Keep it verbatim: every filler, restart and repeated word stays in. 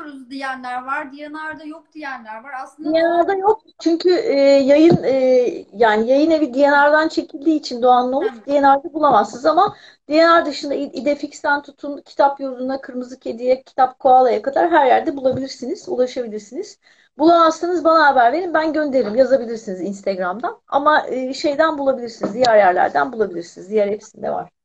bulamıyoruz diyenler var. D and R'da yok diyenler var. Aslında doğal. D and R'da yok çünkü e, yayın e, yani yayın evi D and R'dan çekildiği için Doğan Nohut Hem D and R'da bulamazsınız ama D and R dışında İ- İdefix'ten tutun Kitap Yurdu'na, Kırmızı Kedi'ye, Kitap Koala'ya kadar her yerde bulabilirsiniz, ulaşabilirsiniz. Bulamazsanız bana haber verin, ben gönderirim, yazabilirsiniz Instagram'dan ama e, şeyden bulabilirsiniz, diğer yerlerden bulabilirsiniz, diğer hepsinde var.